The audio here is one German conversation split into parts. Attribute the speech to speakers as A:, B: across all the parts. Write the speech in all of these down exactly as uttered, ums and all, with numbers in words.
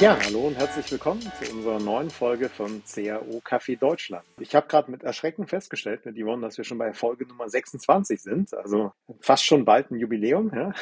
A: Ja, hallo und herzlich willkommen zu unserer neuen Folge von C R O Café Deutschland. Ich habe gerade mit Erschrecken festgestellt mit Yvonne, dass wir schon bei Folge Nummer sechsundzwanzig sind, also fast schon bald ein Jubiläum. Ja.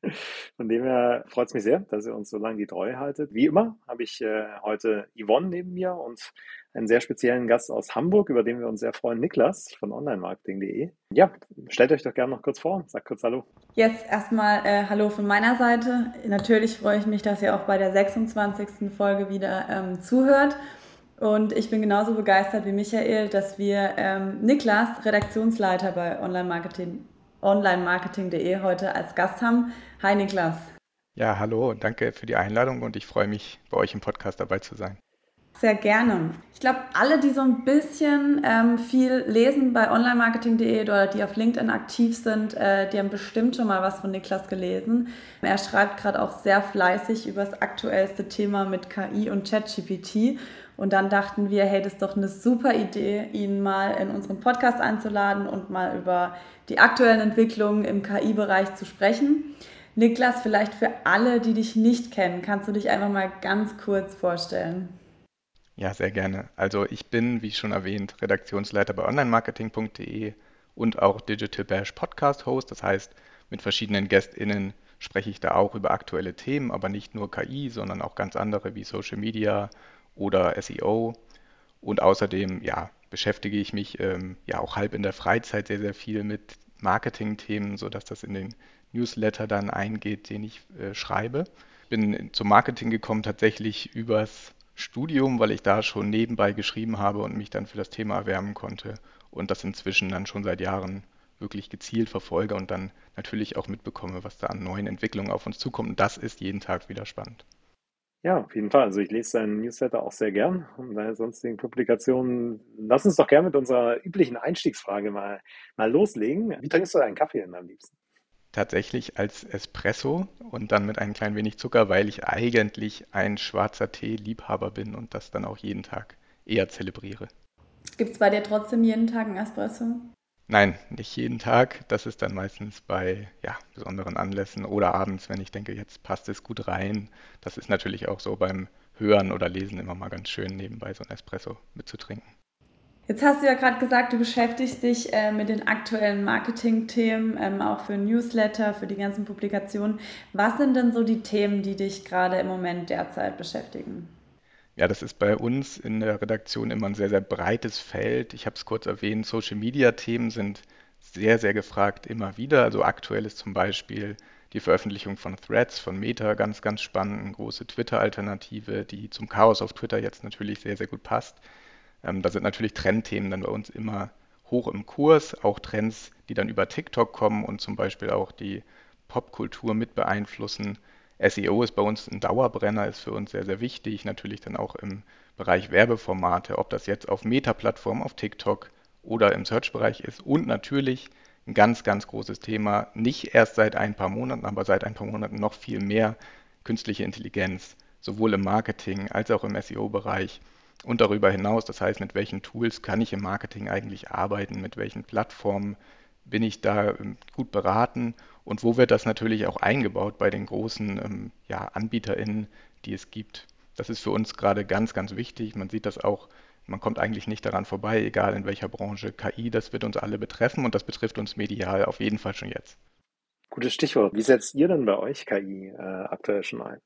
A: Von dem her freut es mich sehr, dass ihr uns so lange die Treue haltet. Wie immer habe ich äh, heute Yvonne neben mir und einen sehr speziellen Gast aus Hamburg, über den wir uns sehr freuen, Niklas von online marketing punkt de. Ja, stellt euch doch gerne noch kurz vor, sagt kurz Hallo.
B: Jetzt erstmal äh, Hallo von meiner Seite. Natürlich freue ich mich, dass ihr auch bei der sechsundzwanzigsten Folge wieder ähm, zuhört. Und ich bin genauso begeistert wie Michael, dass wir ähm, Niklas, Redaktionsleiter bei online marketing online marketing punkt de, heute als Gast haben. Hi Niklas.
C: Ja, hallo und danke für die Einladung und ich freue mich, bei euch im Podcast dabei zu sein.
B: Sehr gerne. Ich glaube, alle, die so ein bisschen ähm, viel lesen bei online marketing punkt de oder die auf LinkedIn aktiv sind, äh, die haben bestimmt schon mal was von Niklas gelesen. Er schreibt gerade auch sehr fleißig über das aktuellste Thema mit K I und ChatGPT. Und dann dachten wir, hey, das ist doch eine super Idee, ihn mal in unseren Podcast einzuladen und mal über die aktuellen Entwicklungen im K I-Bereich zu sprechen. Niklas, vielleicht für alle, die dich nicht kennen, kannst du dich einfach mal ganz kurz vorstellen?
C: Ja, sehr gerne. Also ich bin, wie schon erwähnt, Redaktionsleiter bei online marketing punkt de und auch Digital Bash Podcast Host. Das heißt, mit verschiedenen GästInnen spreche ich da auch über aktuelle Themen, aber nicht nur K I, sondern auch ganz andere wie Social Media oder S E O. Und außerdem, ja, beschäftige ich mich ähm, ja auch halb in der Freizeit sehr, sehr viel mit Marketing-Themen, sodass das in den Newsletter dann eingeht, den ich äh, schreibe. Bin zum Marketing gekommen tatsächlich übers Studium, weil ich da schon nebenbei geschrieben habe und mich dann für das Thema erwärmen konnte und das inzwischen dann schon seit Jahren wirklich gezielt verfolge und dann natürlich auch mitbekomme, was da an neuen Entwicklungen auf uns zukommt. Und das ist jeden Tag wieder spannend.
A: Ja, auf jeden Fall. Also ich lese deinen Newsletter auch sehr gern und deine sonstigen Publikationen. Lass uns doch gerne mit unserer üblichen Einstiegsfrage mal, mal loslegen. Wie trinkst du deinen Kaffee denn am liebsten?
C: Tatsächlich als Espresso und dann mit ein klein wenig Zucker, weil ich eigentlich ein schwarzer Tee-Liebhaber bin und das dann auch jeden Tag eher zelebriere.
B: Gibt es bei dir trotzdem jeden Tag einen Espresso?
C: Nein, nicht jeden Tag. Das ist dann meistens bei ja, besonderen Anlässen oder abends, wenn ich denke, jetzt passt es gut rein. Das ist natürlich auch so beim Hören oder Lesen immer mal ganz schön, nebenbei so ein Espresso mitzutrinken.
B: Jetzt hast du ja gerade gesagt, du beschäftigst dich äh, mit den aktuellen Marketing-Themen, ähm, auch für Newsletter, für die ganzen Publikationen. Was sind denn so die Themen, die dich gerade im Moment derzeit beschäftigen?
C: Ja, das ist bei uns in der Redaktion immer ein sehr, sehr breites Feld. Ich habe es kurz erwähnt, Social-Media-Themen sind sehr, sehr gefragt immer wieder. Also aktuell ist zum Beispiel die Veröffentlichung von Threads von Meta ganz, ganz spannend, eine große Twitter-Alternative, die zum Chaos auf Twitter jetzt natürlich sehr, sehr gut passt. Ähm, da sind natürlich Trendthemen dann bei uns immer hoch im Kurs, auch Trends, die dann über TikTok kommen und zum Beispiel auch die Popkultur mit beeinflussen. S E O ist bei uns ein Dauerbrenner, ist für uns sehr, sehr wichtig. Natürlich dann auch im Bereich Werbeformate, ob das jetzt auf Meta-Plattformen, auf TikTok oder im Search-Bereich ist. Und natürlich ein ganz, ganz großes Thema, nicht erst seit ein paar Monaten, aber seit ein paar Monaten noch viel mehr, künstliche Intelligenz, sowohl im Marketing als auch im S E O-Bereich. Und darüber hinaus, das heißt, mit welchen Tools kann ich im Marketing eigentlich arbeiten, mit welchen Plattformen bin ich da ähm, gut beraten und wo wird das natürlich auch eingebaut bei den großen ähm, ja, AnbieterInnen, die es gibt. Das ist für uns gerade ganz, ganz wichtig. Man sieht das auch, man kommt eigentlich nicht daran vorbei, egal in welcher Branche. K I, das wird uns alle betreffen und das betrifft uns medial auf jeden Fall schon jetzt.
A: Gutes Stichwort. Wie setzt ihr denn bei euch K I äh, aktuell schon ein?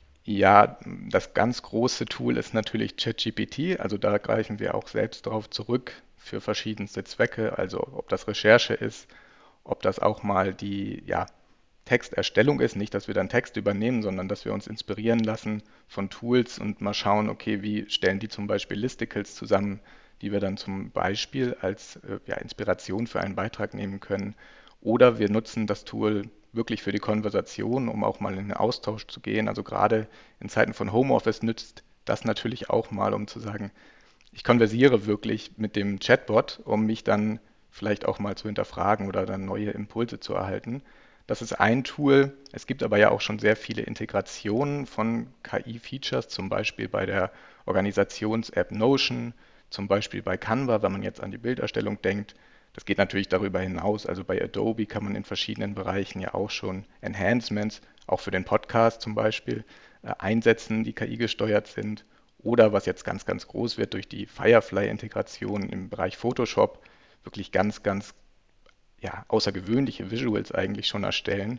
C: Ja, das ganz große Tool ist natürlich ChatGPT. Also da greifen wir auch selbst darauf zurück für verschiedenste Zwecke. Also ob das Recherche ist, ob das auch mal die ja, Texterstellung ist. Nicht, dass wir dann Text übernehmen, sondern dass wir uns inspirieren lassen von Tools und mal schauen, okay, wie stellen die zum Beispiel Listicles zusammen, die wir dann zum Beispiel als äh, ja, Inspiration für einen Beitrag nehmen können. Oder wir nutzen das Tool wirklich für die Konversation, um auch mal in den Austausch zu gehen. Also gerade in Zeiten von Homeoffice nützt das natürlich auch mal, um zu sagen, ich konversiere wirklich mit dem Chatbot, um mich dann vielleicht auch mal zu hinterfragen oder dann neue Impulse zu erhalten. Das ist ein Tool. Es gibt aber ja auch schon sehr viele Integrationen von K I-Features, zum Beispiel bei der Organisations-App Notion, zum Beispiel bei Canva, wenn man jetzt an die Bilderstellung denkt. Das geht natürlich darüber hinaus. Also bei Adobe kann man in verschiedenen Bereichen ja auch schon Enhancements, auch für den Podcast zum Beispiel, äh, einsetzen, die K I gesteuert sind. Oder was jetzt ganz, ganz groß wird, durch die Firefly-Integration im Bereich Photoshop wirklich ganz, ganz ja, außergewöhnliche Visuals eigentlich schon erstellen.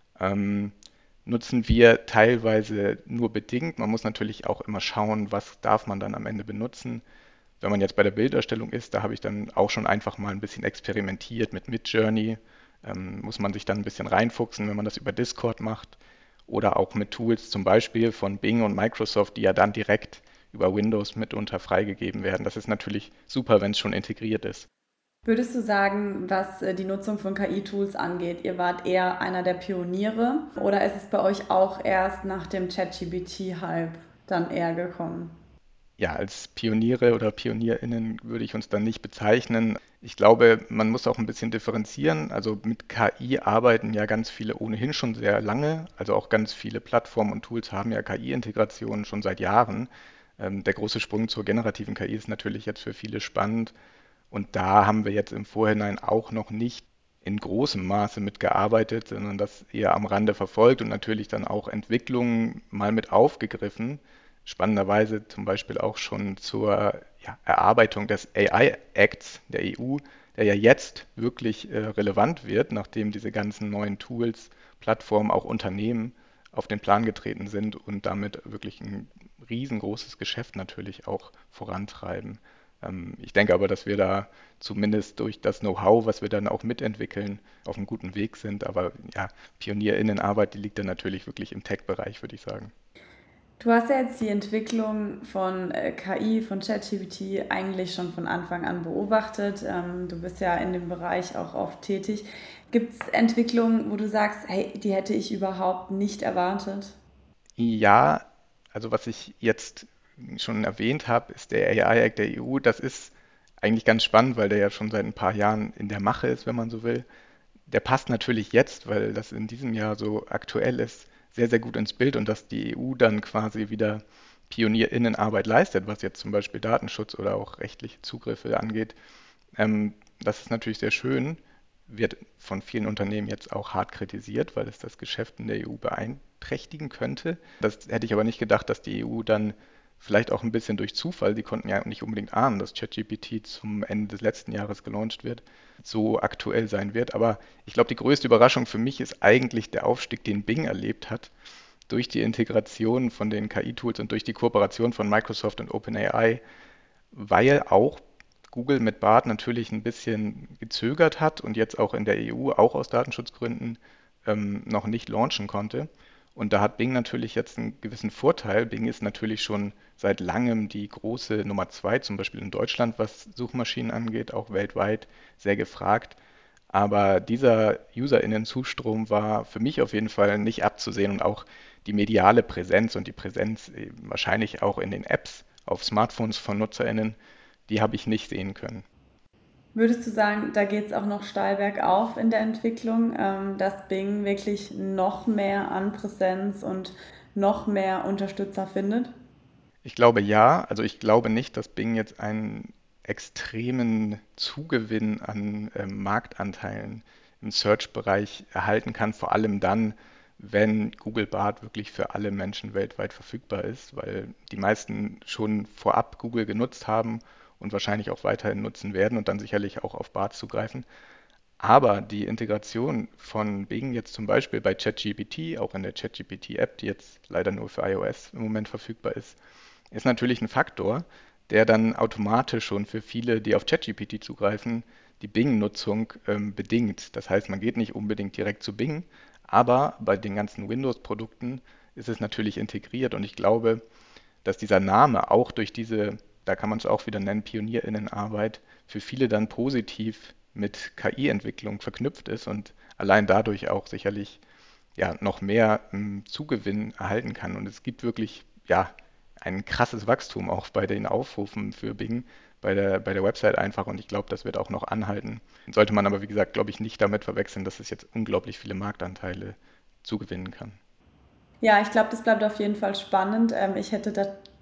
C: Ähm, nutzen wir teilweise nur bedingt. Man muss natürlich auch immer schauen, was darf man dann am Ende benutzen. Wenn man jetzt bei der Bilderstellung ist, da habe ich dann auch schon einfach mal ein bisschen experimentiert mit Midjourney. Ähm, muss man sich dann ein bisschen reinfuchsen, wenn man das über Discord macht. Oder auch mit Tools zum Beispiel von Bing und Microsoft, die ja dann direkt über Windows mitunter freigegeben werden. Das ist natürlich super, wenn es schon integriert ist.
B: Würdest du sagen, was äh, die Nutzung von K I-Tools angeht, ihr wart eher einer der Pioniere oder ist es bei euch auch erst nach dem ChatGPT-Hype dann eher gekommen?
C: Ja, als Pioniere oder PionierInnen würde ich uns dann nicht bezeichnen. Ich glaube, man muss auch ein bisschen differenzieren. Also mit K I arbeiten ja ganz viele ohnehin schon sehr lange. Also auch ganz viele Plattformen und Tools haben ja K I-Integrationen schon seit Jahren. Ähm, der große Sprung zur generativen K I ist natürlich jetzt für viele spannend. Und da haben wir jetzt im Vorhinein auch noch nicht in großem Maße mitgearbeitet, sondern das eher am Rande verfolgt und natürlich dann auch Entwicklungen mal mit aufgegriffen. Spannenderweise zum Beispiel auch schon zur ja, Erarbeitung des A I-Acts der E U, der ja jetzt wirklich äh, relevant wird, nachdem diese ganzen neuen Tools, Plattformen, auch Unternehmen auf den Plan getreten sind und damit wirklich ein riesengroßes Geschäft natürlich auch vorantreiben. Ähm, ich denke aber, dass wir da zumindest durch das Know-how, was wir dann auch mitentwickeln, auf einem guten Weg sind. Aber ja, PionierInnenarbeit, die liegt dann natürlich wirklich im Tech-Bereich, würde ich sagen.
B: Du hast ja jetzt die Entwicklung von äh, K I, von ChatGPT eigentlich schon von Anfang an beobachtet. Ähm, du bist ja in dem Bereich auch oft tätig. Gibt es Entwicklungen, wo du sagst, hey, die hätte ich überhaupt nicht erwartet?
C: Ja, also was ich jetzt schon erwähnt habe, ist der A I-Act der E U. Das ist eigentlich ganz spannend, weil der ja schon seit ein paar Jahren in der Mache ist, wenn man so will. Der passt natürlich jetzt, weil das in diesem Jahr so aktuell ist, sehr, sehr gut ins Bild und dass die E U dann quasi wieder PionierInnenarbeit leistet, was jetzt zum Beispiel Datenschutz oder auch rechtliche Zugriffe angeht. Ähm, das ist natürlich sehr schön, wird von vielen Unternehmen jetzt auch hart kritisiert, weil es das Geschäft in der E U beeinträchtigen könnte. Das hätte ich aber nicht gedacht, dass die E U dann vielleicht auch ein bisschen durch Zufall, die konnten ja nicht unbedingt ahnen, dass ChatGPT zum Ende des letzten Jahres gelauncht wird, so aktuell sein wird. Aber ich glaube, die größte Überraschung für mich ist eigentlich der Aufstieg, den Bing erlebt hat, durch die Integration von den K I-Tools und durch die Kooperation von Microsoft und OpenAI, weil auch Google mit Bard natürlich ein bisschen gezögert hat und jetzt auch in der E U, auch aus Datenschutzgründen, ähm, noch nicht launchen konnte. Und da hat Bing natürlich jetzt einen gewissen Vorteil. Bing ist natürlich schon seit langem die große Nummer zwei, zum Beispiel in Deutschland, was Suchmaschinen angeht, auch weltweit sehr gefragt. Aber dieser UserInnen-Zustrom war für mich auf jeden Fall nicht abzusehen und auch die mediale Präsenz und die Präsenz äh, wahrscheinlich auch in den Apps auf Smartphones von NutzerInnen, die habe ich nicht sehen können.
B: Würdest du sagen, da geht es auch noch steil bergauf in der Entwicklung, ähm, dass Bing wirklich noch mehr an Präsenz und noch mehr Unterstützer findet?
C: Ich glaube ja, also ich glaube nicht, dass Bing jetzt einen extremen Zugewinn an ähm, Marktanteilen im Search-Bereich erhalten kann, vor allem dann, wenn Google Bard wirklich für alle Menschen weltweit verfügbar ist, weil die meisten schon vorab Google genutzt haben und wahrscheinlich auch weiterhin nutzen werden und dann sicherlich auch auf Bard zugreifen. Aber die Integration von Bing jetzt zum Beispiel bei ChatGPT, auch in der ChatGPT-App, die jetzt leider nur für iOS im Moment verfügbar ist, ist natürlich ein Faktor, der dann automatisch schon für viele, die auf ChatGPT zugreifen, die Bing-Nutzung ähm, bedingt. Das heißt, man geht nicht unbedingt direkt zu Bing, aber bei den ganzen Windows-Produkten ist es natürlich integriert und ich glaube, dass dieser Name auch durch diese, da kann man es auch wieder nennen, PionierInnenarbeit, für viele dann positiv mit K I-Entwicklung verknüpft ist und allein dadurch auch sicherlich ja, noch mehr ähm, Zugewinn erhalten kann. Und es gibt wirklich ja, ein krasses Wachstum auch bei den Aufrufen für Bing, bei der, bei der Website einfach. Und ich glaube, das wird auch noch anhalten. Sollte man aber, wie gesagt, glaube ich, nicht damit verwechseln, dass es jetzt unglaublich viele Marktanteile zugewinnen kann.
B: Ja, ich glaube, das bleibt auf jeden Fall spannend. Ähm, ich hätte da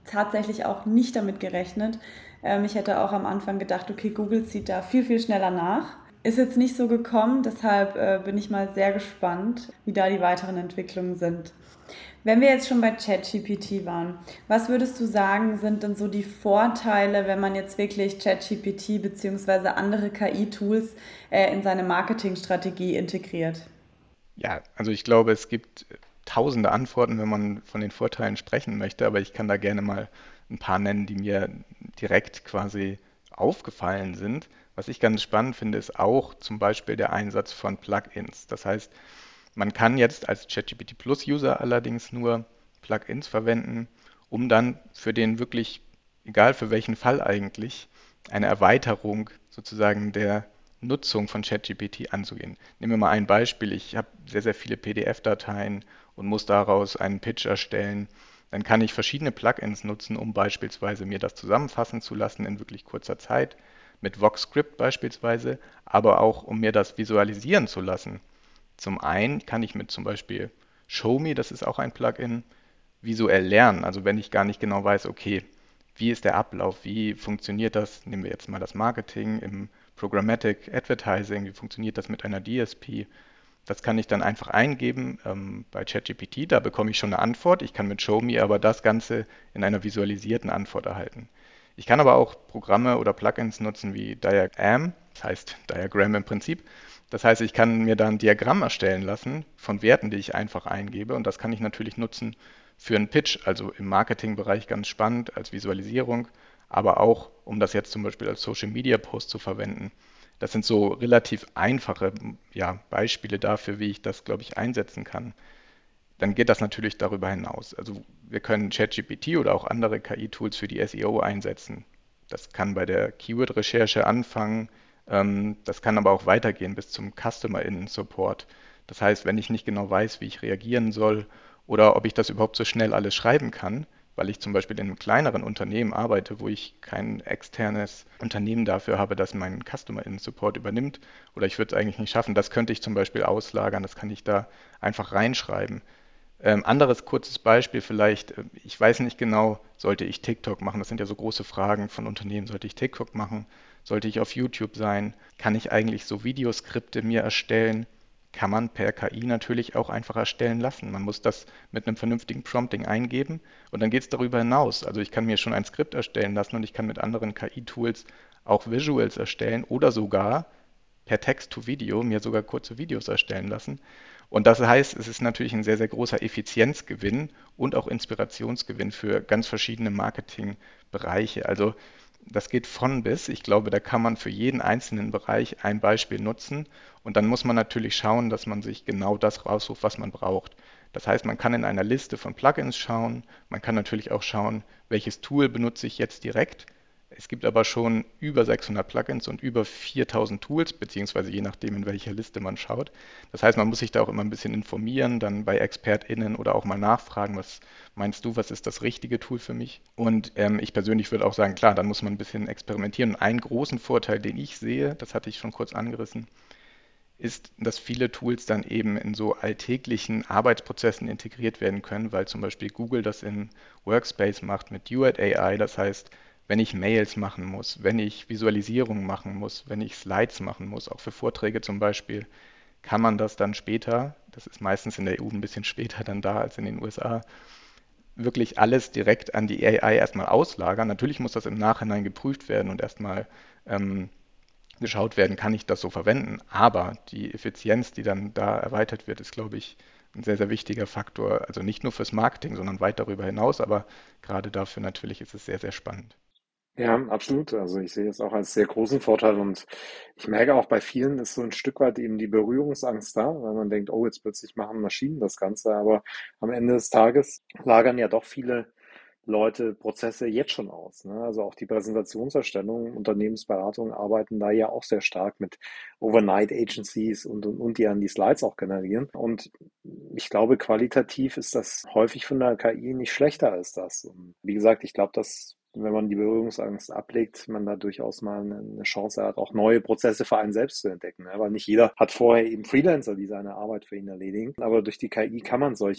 B: tatsächlich auch nicht damit gerechnet. Ähm, ich hätte auch am Anfang gedacht, okay, Google zieht da viel, viel schneller nach. Ist jetzt nicht so gekommen, deshalb äh, bin ich mal sehr gespannt, wie da die weiteren Entwicklungen sind. Wenn wir jetzt schon bei ChatGPT waren, was würdest du sagen, sind denn so die Vorteile, wenn man jetzt wirklich ChatGPT bzw. andere K I-Tools äh, in seine Marketingstrategie integriert?
C: Ja, also ich glaube, es gibt tausende Antworten, wenn man von den Vorteilen sprechen möchte, aber ich kann da gerne mal ein paar nennen, die mir direkt quasi aufgefallen sind. Was ich ganz spannend finde, ist auch zum Beispiel der Einsatz von Plugins. Das heißt, man kann jetzt als ChatGPT Plus User allerdings nur Plugins verwenden, um dann für den wirklich, egal für welchen Fall eigentlich, eine Erweiterung sozusagen der Nutzung von ChatGPT anzugehen. Nehmen wir mal ein Beispiel. Ich habe sehr, sehr viele P D F-Dateien und muss daraus einen Pitch erstellen. Dann kann ich verschiedene Plugins nutzen, um beispielsweise mir das zusammenfassen zu lassen in wirklich kurzer Zeit, mit VoxScript beispielsweise, aber auch um mir das visualisieren zu lassen. Zum einen kann ich mit zum Beispiel ShowMe, das ist auch ein Plugin, visuell lernen. Also wenn ich gar nicht genau weiß, okay, wie ist der Ablauf, wie funktioniert das, nehmen wir jetzt mal das Marketing im Programmatic Advertising, wie funktioniert das mit einer D S P? Das kann ich dann einfach eingeben ähm, bei ChatGPT, da bekomme ich schon eine Antwort. Ich kann mit ShowMe aber das Ganze in einer visualisierten Antwort erhalten. Ich kann aber auch Programme oder Plugins nutzen wie Diagram, das heißt Diagram im Prinzip. Das heißt, ich kann mir da ein Diagramm erstellen lassen von Werten, die ich einfach eingebe. Und das kann ich natürlich nutzen für einen Pitch, also im Marketingbereich ganz spannend als Visualisierung, aber auch, um das jetzt zum Beispiel als Social Media Post zu verwenden. Das sind so relativ einfache ja, Beispiele dafür, wie ich das, glaube ich, einsetzen kann. Dann geht das natürlich darüber hinaus. Also wir können ChatGPT oder auch andere K I-Tools für die S E O einsetzen. Das kann bei der Keyword-Recherche anfangen, ähm, das kann aber auch weitergehen bis zum Customer-Innen-Support. Das heißt, wenn ich nicht genau weiß, wie ich reagieren soll oder ob ich das überhaupt so schnell alles schreiben kann, weil ich zum Beispiel in einem kleineren Unternehmen arbeite, wo ich kein externes Unternehmen dafür habe, das meinen Customer-Innen-Support übernimmt, oder ich würde es eigentlich nicht schaffen, das könnte ich zum Beispiel auslagern, das kann ich da einfach reinschreiben. Ähm, anderes kurzes Beispiel vielleicht, äh, ich weiß nicht genau, sollte ich TikTok machen? Das sind ja so große Fragen von Unternehmen. Sollte ich TikTok machen? Sollte ich auf YouTube sein? Kann ich eigentlich so Videoskripte mir erstellen? Kann man per K I natürlich auch einfach erstellen lassen. Man muss das mit einem vernünftigen Prompting eingeben und dann geht es darüber hinaus. Also ich kann mir schon ein Skript erstellen lassen und ich kann mit anderen K I-Tools auch Visuals erstellen oder sogar per Text-to-Video mir sogar kurze Videos erstellen lassen. Und das heißt, es ist natürlich ein sehr, sehr großer Effizienzgewinn und auch Inspirationsgewinn für ganz verschiedene Marketingbereiche. Also das geht von bis. Ich glaube, da kann man für jeden einzelnen Bereich ein Beispiel nutzen. Und dann muss man natürlich schauen, dass man sich genau das raussucht, was man braucht. Das heißt, man kann in einer Liste von Plugins schauen. Man kann natürlich auch schauen, welches Tool benutze ich jetzt direkt. Es gibt aber schon über sechshundert Plugins und über viertausend Tools, beziehungsweise je nachdem, in welcher Liste man schaut. Das heißt, man muss sich da auch immer ein bisschen informieren, dann bei ExpertInnen oder auch mal nachfragen, was meinst du, was ist das richtige Tool für mich? Und ähm, ich persönlich würde auch sagen, klar, dann muss man ein bisschen experimentieren. Und einen großen Vorteil, den ich sehe, das hatte ich schon kurz angerissen, ist, dass viele Tools dann eben in so alltäglichen Arbeitsprozessen integriert werden können, weil zum Beispiel Google das in Workspace macht mit Duet A I. Das heißt, wenn ich Mails machen muss, wenn ich Visualisierungen machen muss, wenn ich Slides machen muss, auch für Vorträge zum Beispiel, kann man das dann später, das ist meistens in der E U ein bisschen später dann da als in den U S A, wirklich alles direkt an die A I erstmal auslagern. Natürlich muss das im Nachhinein geprüft werden und erstmal ähm, geschaut werden, kann ich das so verwenden. Aber die Effizienz, die dann da erweitert wird, ist, glaube ich, ein sehr, sehr wichtiger Faktor. Also nicht nur fürs Marketing, sondern weit darüber hinaus. Aber gerade dafür natürlich ist es sehr, sehr spannend.
A: Ja, absolut. Also ich sehe es auch als sehr großen Vorteil und ich merke auch bei vielen ist so ein Stück weit eben die Berührungsangst da, weil man denkt, oh, jetzt plötzlich machen Maschinen das Ganze, aber am Ende des Tages lagern ja doch viele Leute Prozesse jetzt schon aus. Ne? Also auch die Präsentationserstellung, Unternehmensberatung arbeiten da ja auch sehr stark mit Overnight Agencies und, und, und die dann die Slides auch generieren. Und ich glaube, qualitativ ist das häufig von der K I nicht schlechter als das. Und wie gesagt, ich glaube, dass wenn man die Berührungsangst ablegt, man da durchaus mal eine, eine Chance hat, auch neue Prozesse für einen selbst zu entdecken. Ne? Weil nicht jeder hat vorher eben Freelancer, die seine Arbeit für ihn erledigen. Aber durch die K I kann man solche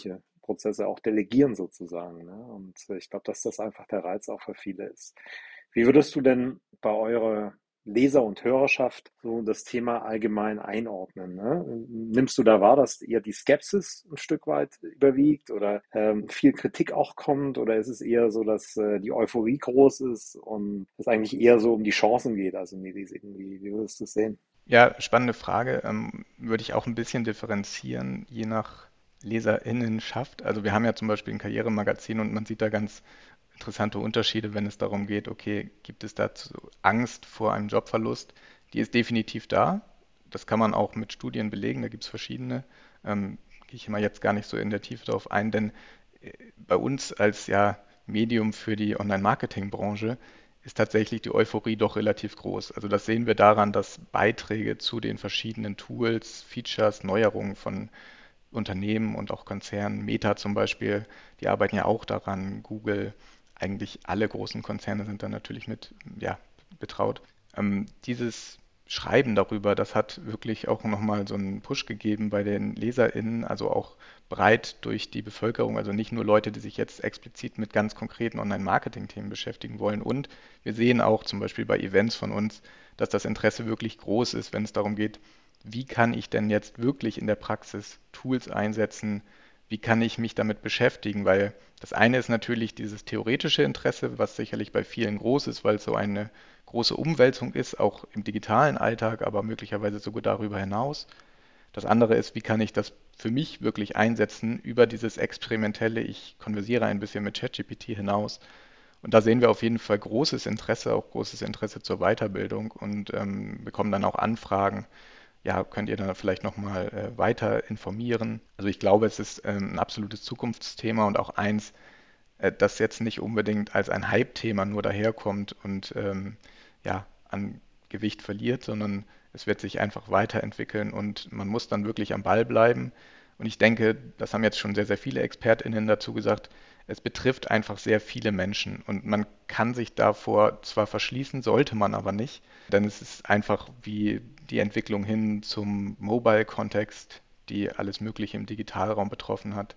A: Prozesse auch delegieren sozusagen. Ne? Und äh, ich glaube, dass das einfach der Reiz auch für viele ist. Wie würdest du denn bei eurer Leser- und Hörerschaft so das Thema allgemein einordnen? Ne? Nimmst du da wahr, dass eher die Skepsis ein Stück weit überwiegt oder ähm, viel Kritik auch kommt? Oder ist es eher so, dass äh, die Euphorie groß ist und es eigentlich eher so um die Chancen geht, also um die Risiken? Wie, wie würdest du es sehen?
C: Ja, spannende Frage. Ähm, würde ich auch ein bisschen differenzieren, je nach Leserinnenschaft. Also wir haben ja zum Beispiel ein Karrieremagazin und man sieht da ganz interessante Unterschiede, wenn es darum geht, okay, gibt es dazu Angst vor einem Jobverlust? Die ist definitiv da. Das kann man auch mit Studien belegen, da gibt es verschiedene. Ähm, gehe ich immer jetzt gar nicht so in der Tiefe darauf ein, denn äh, bei uns als ja Medium für die Online-Marketing-Branche ist tatsächlich die Euphorie doch relativ groß. Also das sehen wir daran, dass Beiträge zu den verschiedenen Tools, Features, Neuerungen von Unternehmen und auch Konzernen, Meta zum Beispiel, die arbeiten ja auch daran, Google, eigentlich alle großen Konzerne sind da natürlich mit, ja, betraut. Ähm, dieses Schreiben darüber, das hat wirklich auch nochmal so einen Push gegeben bei den LeserInnen, also auch breit durch die Bevölkerung, also nicht nur Leute, die sich jetzt explizit mit ganz konkreten Online-Marketing-Themen beschäftigen wollen. Und wir sehen auch zum Beispiel bei Events von uns, dass das Interesse wirklich groß ist, wenn es darum geht, wie kann ich denn jetzt wirklich in der Praxis Tools einsetzen, wie kann ich mich damit beschäftigen, weil das eine ist natürlich dieses theoretische Interesse, was sicherlich bei vielen groß ist, weil es so eine große Umwälzung ist, auch im digitalen Alltag, aber möglicherweise sogar darüber hinaus. Das andere ist, wie kann ich das für mich wirklich einsetzen über dieses experimentelle, ich konversiere ein bisschen mit ChatGPT hinaus. Und da sehen wir auf jeden Fall großes Interesse, auch großes Interesse zur Weiterbildung und ähm, bekommen dann auch Anfragen. Ja, könnt ihr da vielleicht nochmal äh, weiter informieren? Also ich glaube, es ist ähm, ein absolutes Zukunftsthema und auch eins, äh, das jetzt nicht unbedingt als ein Hype-Thema nur daherkommt und ähm, ja, an Gewicht verliert, sondern es wird sich einfach weiterentwickeln und man muss dann wirklich am Ball bleiben. Und ich denke, das haben jetzt schon sehr, sehr viele ExpertInnen dazu gesagt, es betrifft einfach sehr viele Menschen und man kann sich davor zwar verschließen, sollte man aber nicht, denn es ist einfach wie die Entwicklung hin zum Mobile-Kontext, die alles Mögliche im Digitalraum betroffen hat,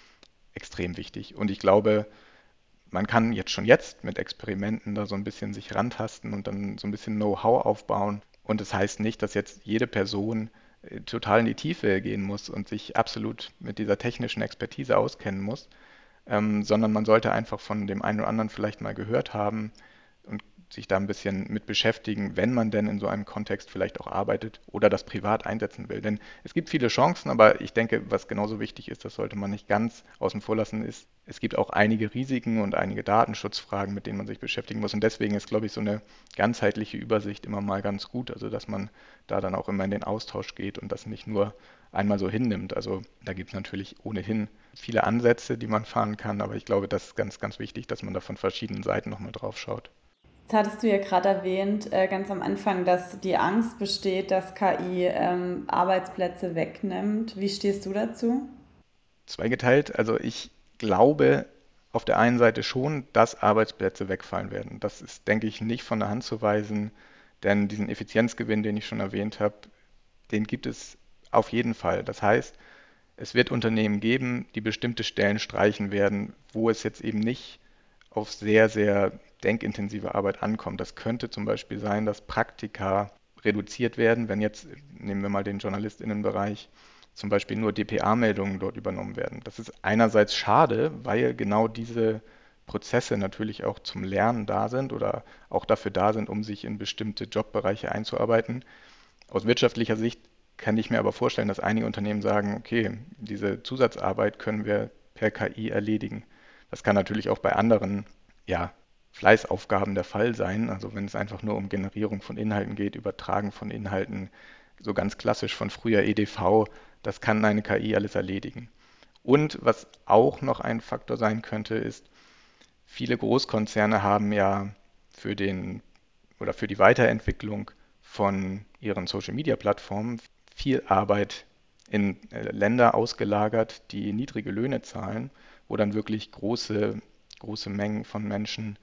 C: extrem wichtig. Und ich glaube, man kann jetzt schon jetzt mit Experimenten da so ein bisschen sich rantasten und dann so ein bisschen Know-how aufbauen. Und das heißt nicht, dass jetzt jede Person äh, total in die Tiefe gehen muss und sich absolut mit dieser technischen Expertise auskennen muss, ähm, sondern man sollte einfach von dem einen oder anderen vielleicht mal gehört haben und sich da ein bisschen mit beschäftigen, wenn man denn in so einem Kontext vielleicht auch arbeitet oder das privat einsetzen will. Denn es gibt viele Chancen, aber ich denke, was genauso wichtig ist, das sollte man nicht ganz außen vor lassen, ist, es gibt auch einige Risiken und einige Datenschutzfragen, mit denen man sich beschäftigen muss. Und deswegen ist, glaube ich, so eine ganzheitliche Übersicht immer mal ganz gut, also dass man da dann auch immer in den Austausch geht und das nicht nur einmal so hinnimmt. Also da gibt es natürlich ohnehin viele Ansätze, die man fahren kann, aber ich glaube, das ist ganz, ganz wichtig, dass man da von verschiedenen Seiten nochmal drauf schaut.
B: Jetzt hattest du ja gerade erwähnt, äh, ganz am Anfang, dass die Angst besteht, dass K I ähm, Arbeitsplätze wegnimmt. Wie stehst du dazu?
C: Zweigeteilt, also ich glaube auf der einen Seite schon, dass Arbeitsplätze wegfallen werden. Das ist, denke ich, nicht von der Hand zu weisen, denn diesen Effizienzgewinn, den ich schon erwähnt habe, den gibt es auf jeden Fall. Das heißt, es wird Unternehmen geben, die bestimmte Stellen streichen werden, wo es jetzt eben nicht auf sehr, sehr denkintensive Arbeit ankommt. Das könnte zum Beispiel sein, dass Praktika reduziert werden, wenn jetzt, nehmen wir mal den JournalistInnenbereich, zum Beispiel nur D P A-Meldungen dort übernommen werden. Das ist einerseits schade, weil genau diese Prozesse natürlich auch zum Lernen da sind oder auch dafür da sind, um sich in bestimmte Jobbereiche einzuarbeiten. Aus wirtschaftlicher Sicht kann ich mir aber vorstellen, dass einige Unternehmen sagen, okay, diese Zusatzarbeit können wir per K I erledigen. Das kann natürlich auch bei anderen, ja, Fleißaufgaben der Fall sein. Also wenn es einfach nur um Generierung von Inhalten geht, Übertragen von Inhalten, so ganz klassisch von früher E D V, das kann eine K I alles erledigen. Und was auch noch ein Faktor sein könnte, ist, viele Großkonzerne haben ja für den oder für die Weiterentwicklung von ihren Social-Media-Plattformen viel Arbeit in äh, Länder ausgelagert, die niedrige Löhne zahlen, wo dann wirklich große, große Mengen von Menschen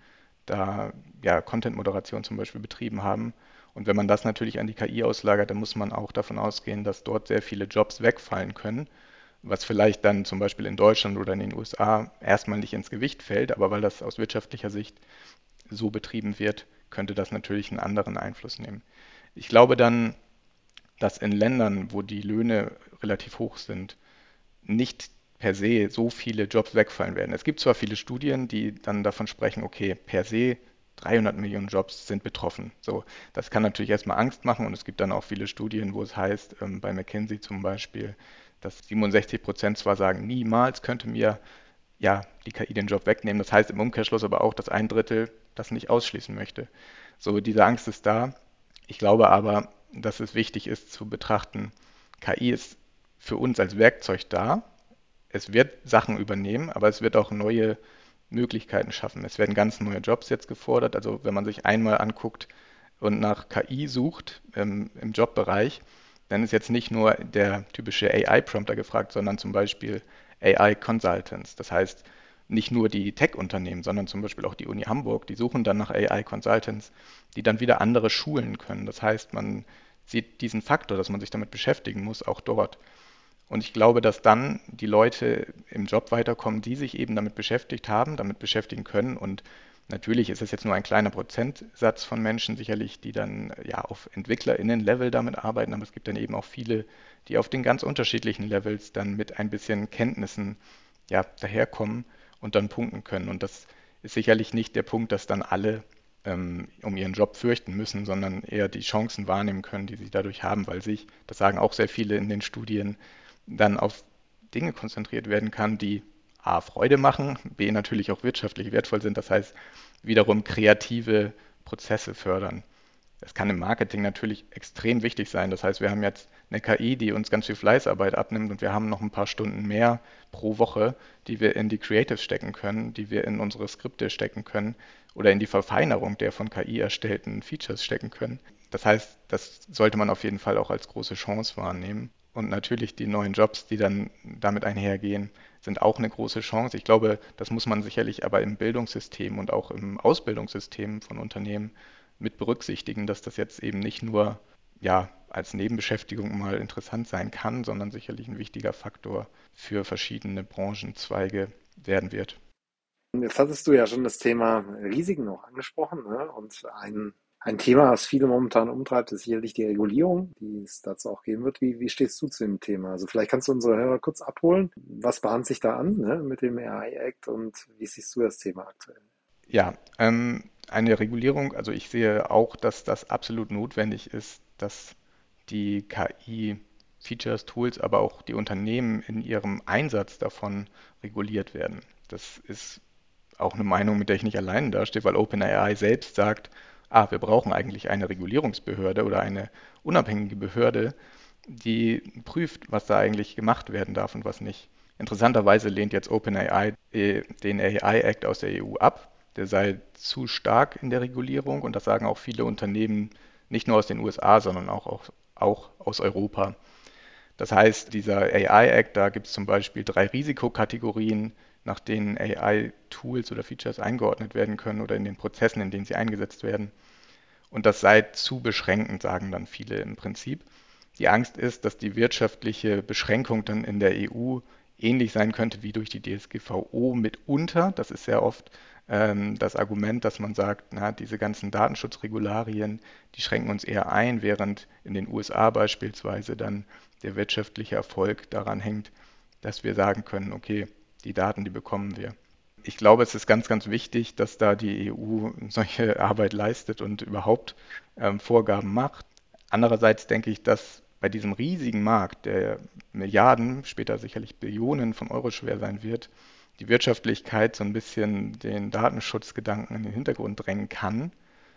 C: da ja, Content-Moderation zum Beispiel betrieben haben. Und wenn man das natürlich an die K I auslagert, dann muss man auch davon ausgehen, dass dort sehr viele Jobs wegfallen können. was vielleicht dann zum Beispiel in Deutschland oder in den U S A erstmal nicht ins Gewicht fällt, aber weil das aus wirtschaftlicher Sicht so betrieben wird, könnte das natürlich einen anderen Einfluss nehmen. Ich glaube dann, dass in Ländern, wo die Löhne relativ hoch sind, nicht per se so viele Jobs wegfallen werden. Es gibt zwar viele Studien, die dann davon sprechen, okay, per se dreihundert Millionen Jobs sind betroffen. So, das kann natürlich erstmal Angst machen und es gibt dann auch viele Studien, wo es heißt, ähm, bei McKinsey zum Beispiel, dass siebenundsechzig Prozent zwar sagen, niemals könnte mir ja die K I den Job wegnehmen. Das heißt im Umkehrschluss aber auch, dass ein Drittel das nicht ausschließen möchte. So, diese Angst ist da. Ich glaube aber, dass es wichtig ist zu betrachten, K I ist für uns als Werkzeug da. Es wird Sachen übernehmen, aber es wird auch neue Möglichkeiten schaffen. Es werden ganz neue Jobs jetzt gefordert. Also wenn man sich einmal anguckt und nach K I sucht ähm, im Jobbereich, dann ist jetzt nicht nur der typische A I-Prompter gefragt, sondern zum Beispiel A I-Consultants. Das heißt, nicht nur die Tech-Unternehmen, sondern zum Beispiel auch die Uni Hamburg, die suchen dann nach A I-Consultants, die dann wieder andere schulen können. Das heißt, man sieht diesen Faktor, dass man sich damit beschäftigen muss, auch dort. Und ich glaube, dass dann die Leute im Job weiterkommen, die sich eben damit beschäftigt haben, damit beschäftigen können. Und natürlich ist es jetzt nur ein kleiner Prozentsatz von Menschen sicherlich, die dann ja auf EntwicklerInnen-Level damit arbeiten, aber es gibt dann eben auch viele, die auf den ganz unterschiedlichen Levels dann mit ein bisschen Kenntnissen ja, daherkommen und dann punkten können. Und das ist sicherlich nicht der Punkt, dass dann alle ähm, um ihren Job fürchten müssen, sondern eher die Chancen wahrnehmen können, die sie dadurch haben, weil sich, das sagen auch sehr viele in den Studien, dann auf Dinge konzentriert werden kann, die A, Freude machen, B, natürlich auch wirtschaftlich wertvoll sind, das heißt wiederum kreative Prozesse fördern. Es kann im Marketing natürlich extrem wichtig sein. Das heißt, wir haben jetzt eine K I, die uns ganz viel Fleißarbeit abnimmt und wir haben noch ein paar Stunden mehr pro Woche, die wir in die Creatives stecken können, die wir in unsere Skripte stecken können oder in die Verfeinerung der von K I erstellten Features stecken können. Das heißt, das sollte man auf jeden Fall auch als große Chance wahrnehmen. Und natürlich die neuen Jobs, die dann damit einhergehen, sind auch eine große Chance. Ich glaube, das muss man sicherlich aber im Bildungssystem und auch im Ausbildungssystem von Unternehmen mit berücksichtigen, dass das jetzt eben nicht nur ja, als Nebenbeschäftigung mal interessant sein kann, sondern sicherlich ein wichtiger Faktor für verschiedene Branchenzweige werden wird.
A: Jetzt hattest du ja schon das Thema Risiken noch angesprochen, ne? Und ein, ein Thema, das viele momentan umtreibt, ist sicherlich die Regulierung, die es dazu auch geben wird. Wie, wie stehst du zu dem Thema? Also vielleicht kannst du unsere Hörer kurz abholen. Was bahnt sich da an, ne, mit dem A I-Act und wie siehst du das Thema aktuell?
C: Ja, ähm, eine Regulierung, also ich sehe auch, dass das absolut notwendig ist, dass die K I-Features, Tools, aber auch die Unternehmen in ihrem Einsatz davon reguliert werden. Das ist auch eine Meinung, mit der ich nicht allein dastehe, weil OpenAI selbst sagt, ah, wir brauchen eigentlich eine Regulierungsbehörde oder eine unabhängige Behörde, die prüft, was da eigentlich gemacht werden darf und was nicht. Interessanterweise lehnt jetzt OpenAI äh, den A I-Act aus der E U ab. Der sei zu stark in der Regulierung und das sagen auch viele Unternehmen, nicht nur aus den U S A, sondern auch, auch, auch aus Europa. Das heißt, dieser A I-Act, da gibt es zum Beispiel drei Risikokategorien, nach denen A I-Tools oder Features eingeordnet werden können oder in den Prozessen, in denen sie eingesetzt werden. Und das sei zu beschränkend, sagen dann viele im Prinzip. Die Angst ist, dass die wirtschaftliche Beschränkung dann in der E U ähnlich sein könnte wie durch die D S G V O mitunter. Das ist sehr oft ähm, das Argument, dass man sagt, na, diese ganzen Datenschutzregularien, die schränken uns eher ein, während in den U S A beispielsweise dann der wirtschaftliche Erfolg daran hängt, dass wir sagen können, okay, die Daten, die bekommen wir. Ich glaube, es ist ganz, ganz wichtig, dass da die E U solche Arbeit leistet und überhaupt ähm, Vorgaben macht. Andererseits denke ich, dass bei diesem riesigen Markt, der Milliarden, später sicherlich Billionen von Euro schwer sein wird, die Wirtschaftlichkeit so ein bisschen den Datenschutzgedanken in den Hintergrund drängen kann.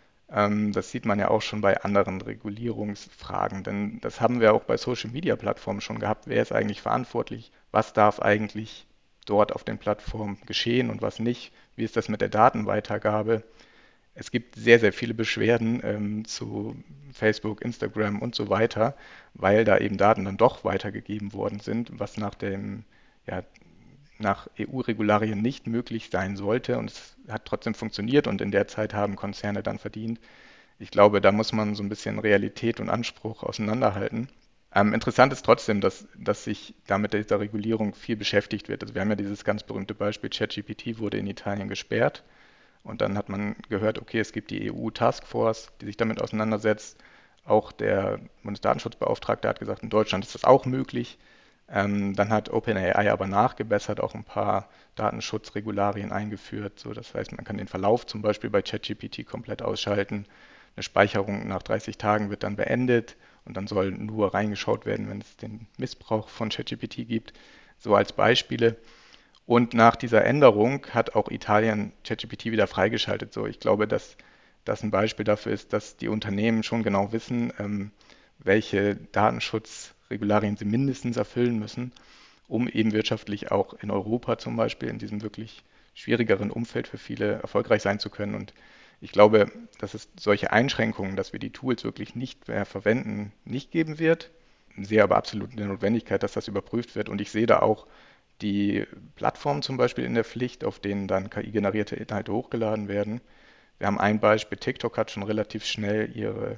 C: Ähm, das sieht man ja auch schon bei anderen Regulierungsfragen, denn das haben wir auch bei Social-Media-Plattformen schon gehabt. Wer ist eigentlich verantwortlich? Was darf eigentlich dort auf den Plattformen geschehen und was nicht? Wie ist das mit der Datenweitergabe? Es gibt sehr, sehr viele Beschwerden ähm, zu Facebook, Instagram und so weiter, weil da eben Daten dann doch weitergegeben worden sind, was nach dem, ja, nach E U-Regularien nicht möglich sein sollte. Und es hat trotzdem funktioniert und in der Zeit haben Konzerne dann verdient. Ich glaube, da muss man so ein bisschen Realität und Anspruch auseinanderhalten. Ähm, interessant ist trotzdem, dass, dass sich da mit dieser Regulierung viel beschäftigt wird. Also wir haben ja dieses ganz berühmte Beispiel, ChatGPT wurde in Italien gesperrt und dann hat man gehört, okay, es gibt die E U-Taskforce, die sich damit auseinandersetzt. Auch der Bundesdatenschutzbeauftragte hat gesagt, in Deutschland ist das auch möglich. Ähm, dann hat OpenAI aber nachgebessert, auch ein paar Datenschutzregularien eingeführt. So, das heißt, man kann den Verlauf zum Beispiel bei ChatGPT komplett ausschalten. Eine Speicherung nach dreißig Tagen wird dann beendet und dann soll nur reingeschaut werden, wenn es den Missbrauch von ChatGPT gibt. So als Beispiele. Und nach dieser Änderung hat auch Italien ChatGPT wieder freigeschaltet. So, ich glaube, dass das ein Beispiel dafür ist, dass die Unternehmen schon genau wissen, ähm, welche Datenschutzregularien sie mindestens erfüllen müssen, um eben wirtschaftlich auch in Europa zum Beispiel in diesem wirklich schwierigeren Umfeld für viele erfolgreich sein zu können. Und ich glaube, dass es solche Einschränkungen, dass wir die Tools wirklich nicht mehr verwenden, nicht geben wird. Ich sehe aber absolut eine Notwendigkeit, dass das überprüft wird. Und ich sehe da auch die Plattformen zum Beispiel in der Pflicht, auf denen dann K I-generierte Inhalte hochgeladen werden. Wir haben ein Beispiel, TikTok hat schon relativ schnell ihre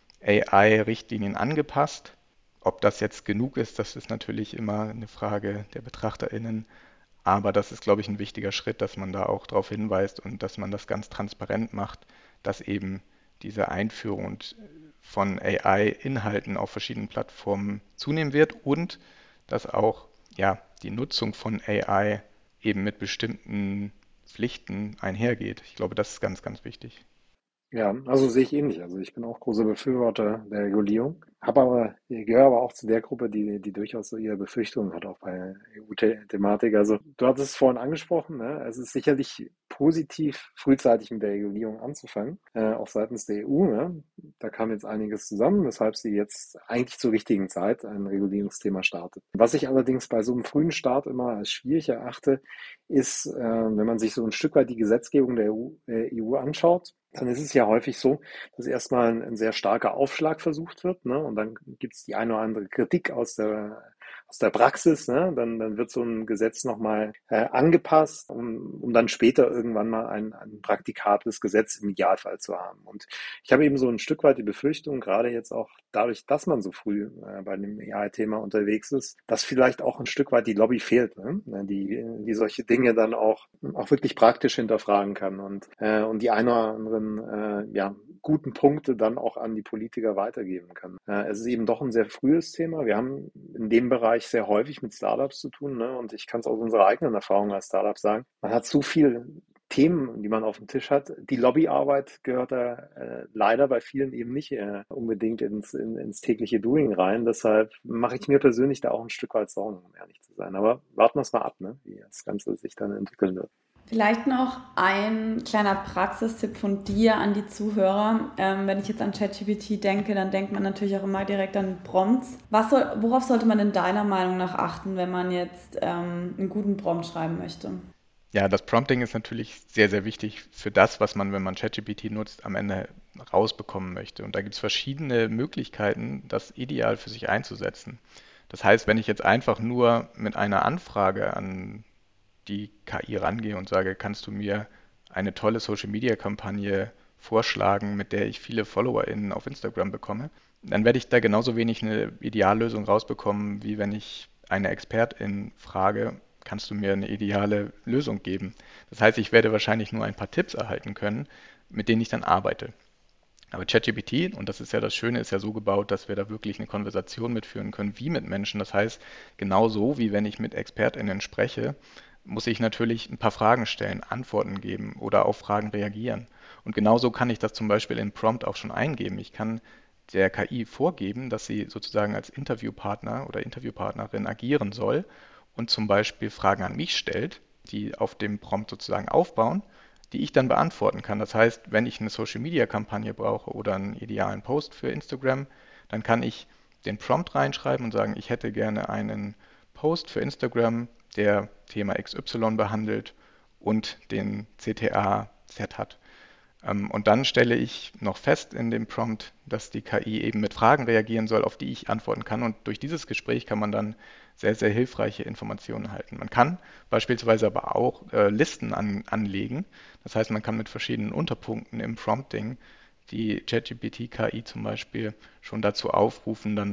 C: A I-Richtlinien angepasst. Ob das jetzt genug ist, das ist natürlich immer eine Frage der BetrachterInnen. Aber das ist, glaube ich, ein wichtiger Schritt, dass man da auch darauf hinweist und dass man das ganz transparent macht, dass eben diese Einführung von A I-Inhalten auf verschiedenen Plattformen zunehmen wird und dass auch ja, die Nutzung von A I eben mit bestimmten Pflichten einhergeht. Ich glaube, das ist ganz, ganz wichtig.
A: Ja, also sehe ich ähnlich. Also ich bin auch großer Befürworter der Regulierung, habe aber, ich gehöre aber auch zu der Gruppe, die, die durchaus so ihre Befürchtungen hat, auch bei E U-Thematik. Also du hattest es vorhin angesprochen, ne? Es ist sicherlich positiv, frühzeitig mit der Regulierung anzufangen, äh, auch seitens der E U. Ne? Da kam jetzt einiges zusammen, weshalb sie jetzt eigentlich zur richtigen Zeit ein Regulierungsthema startet. Was ich allerdings bei so einem frühen Start immer als schwierig erachte, ist, äh, wenn man sich so ein Stück weit die Gesetzgebung der E U, äh, E U anschaut, dann ist es ja häufig so, dass erstmal ein, ein sehr starker Aufschlag versucht wird, ne? Und dann gibt es die eine oder andere Kritik aus der, aus der Praxis, ne? Dann, dann wird so ein Gesetz nochmal äh, angepasst, um, um dann später irgendwann mal ein, ein praktikables Gesetz im Idealfall zu haben. Und ich habe eben so ein Stück weit die Befürchtung, gerade jetzt auch dadurch, dass man so früh äh, bei dem A I-Thema unterwegs ist, dass vielleicht auch ein Stück weit die Lobby fehlt, ne? Die, die solche Dinge dann auch, auch wirklich praktisch hinterfragen kann und, äh, und die eine oder anderen äh, ja, guten Punkte dann auch an die Politiker weitergeben kann. Äh, es ist eben doch ein sehr frühes Thema. Wir haben in dem Bereich sehr häufig mit Startups zu tun, ne? Und ich kann es aus unserer eigenen Erfahrung als Startup sagen. Man hat so viel Themen, die man auf dem Tisch hat. Die Lobbyarbeit gehört da äh, leider bei vielen eben nicht äh, unbedingt ins, in, ins tägliche Doing rein. Deshalb mache ich mir persönlich da auch ein Stück weit Sorgen, um ehrlich zu sein. Aber warten wir es mal ab, ne? Wie das Ganze sich dann entwickeln wird.
B: Vielleicht noch ein kleiner Praxistipp von dir an die Zuhörer. Ähm, wenn ich jetzt an ChatGPT denke, dann denkt man natürlich auch immer direkt an Prompts. Was soll, worauf sollte man in deiner Meinung nach achten, wenn man jetzt ähm, einen guten Prompt schreiben möchte?
C: Ja, das Prompting ist natürlich sehr, sehr wichtig für das, was man, wenn man ChatGPT nutzt, am Ende rausbekommen möchte. Und da gibt es verschiedene Möglichkeiten, das ideal für sich einzusetzen. Das heißt, wenn ich jetzt einfach nur mit einer Anfrage an die K I rangehe und sage, kannst du mir eine tolle Social-Media-Kampagne vorschlagen, mit der ich viele FollowerInnen auf Instagram bekomme, dann werde ich da genauso wenig eine Ideallösung rausbekommen, wie wenn ich eine Expertin frage, kannst du mir eine ideale Lösung geben? Das heißt, ich werde wahrscheinlich nur ein paar Tipps erhalten können, mit denen ich dann arbeite. Aber ChatGPT, und das ist ja das Schöne, ist ja so gebaut, dass wir da wirklich eine Konversation mitführen können, wie mit Menschen. Das heißt, genauso wie wenn ich mit ExpertInnen spreche, muss ich natürlich ein paar Fragen stellen, Antworten geben oder auf Fragen reagieren. Und genauso kann ich das zum Beispiel in Prompt auch schon eingeben. Ich kann der K I vorgeben, dass sie sozusagen als Interviewpartner oder Interviewpartnerin agieren soll und zum Beispiel Fragen an mich stellt, die auf dem Prompt sozusagen aufbauen, die ich dann beantworten kann. Das heißt, wenn ich eine Social-Media-Kampagne brauche oder einen idealen Post für Instagram, dann kann ich den Prompt reinschreiben und sagen, ich hätte gerne einen Post für Instagram, der Thema X Y behandelt und den C T A-Set hat. Ähm, Und dann stelle ich noch fest in dem Prompt, dass die K I eben mit Fragen reagieren soll, auf die ich antworten kann. Und durch dieses Gespräch kann man dann sehr, sehr hilfreiche Informationen erhalten. Man kann beispielsweise aber auch äh, Listen an, anlegen. Das heißt, man kann mit verschiedenen Unterpunkten im Prompting die ChatGPT-K I zum Beispiel schon dazu aufrufen, dann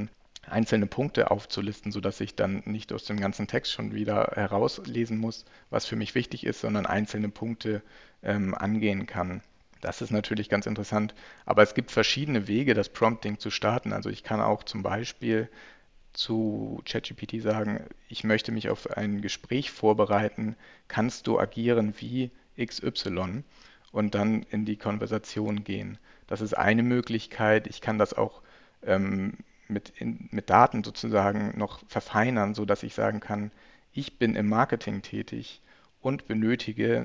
C: einzelne Punkte aufzulisten, sodass ich dann nicht aus dem ganzen Text schon wieder herauslesen muss, was für mich wichtig ist, sondern einzelne Punkte ähm, angehen kann. Das ist natürlich ganz interessant, aber es gibt verschiedene Wege, das Prompting zu starten. Also ich kann auch zum Beispiel zu ChatGPT sagen, ich möchte mich auf ein Gespräch vorbereiten, kannst du agieren wie X Y und dann in die Konversation gehen. Das ist eine Möglichkeit. Ich kann das auch ähm, mit, in, mit Daten sozusagen noch verfeinern, sodass ich sagen kann, ich bin im Marketing tätig und benötige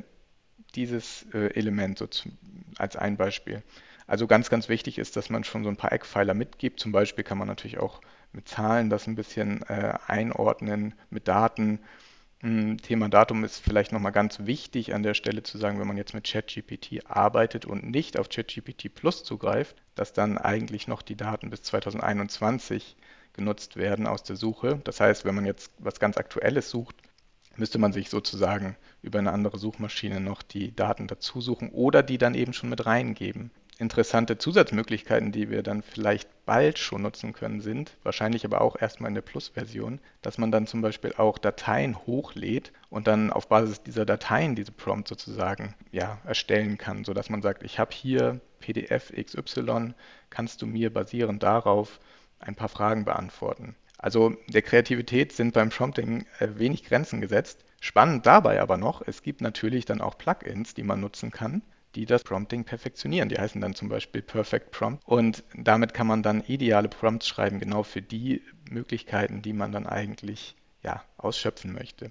C: dieses äh, Element so zu, als ein Beispiel. Also ganz, ganz wichtig ist, dass man schon so ein paar Eckpfeiler mitgibt. Zum Beispiel kann man natürlich auch mit Zahlen das ein bisschen äh, einordnen, mit Daten. Hm, Thema Datum ist vielleicht nochmal ganz wichtig an der Stelle zu sagen, wenn man jetzt mit ChatGPT arbeitet und nicht auf ChatGPT Plus zugreift, dass dann eigentlich noch die Daten bis zweitausendeinundzwanzig genutzt werden aus der Suche. Das heißt, wenn man jetzt was ganz Aktuelles sucht, müsste man sich sozusagen über eine andere Suchmaschine noch die Daten dazu suchen oder die dann eben schon mit reingeben. Interessante Zusatzmöglichkeiten, die wir dann vielleicht bald schon nutzen können, sind, wahrscheinlich aber auch erstmal in der Plus-Version, dass man dann zum Beispiel auch Dateien hochlädt und dann auf Basis dieser Dateien diese Prompt sozusagen ja, erstellen kann, sodass man sagt, ich habe hier P D F X Y, kannst du mir basierend darauf ein paar Fragen beantworten. Also der Kreativität sind beim Prompting äh, wenig Grenzen gesetzt. Spannend dabei aber noch, es gibt natürlich dann auch Plugins, die man nutzen kann, die das Prompting perfektionieren. Die heißen dann zum Beispiel Perfect Prompt und damit kann man dann ideale Prompts schreiben, genau für die Möglichkeiten, die man dann eigentlich ja, ausschöpfen möchte.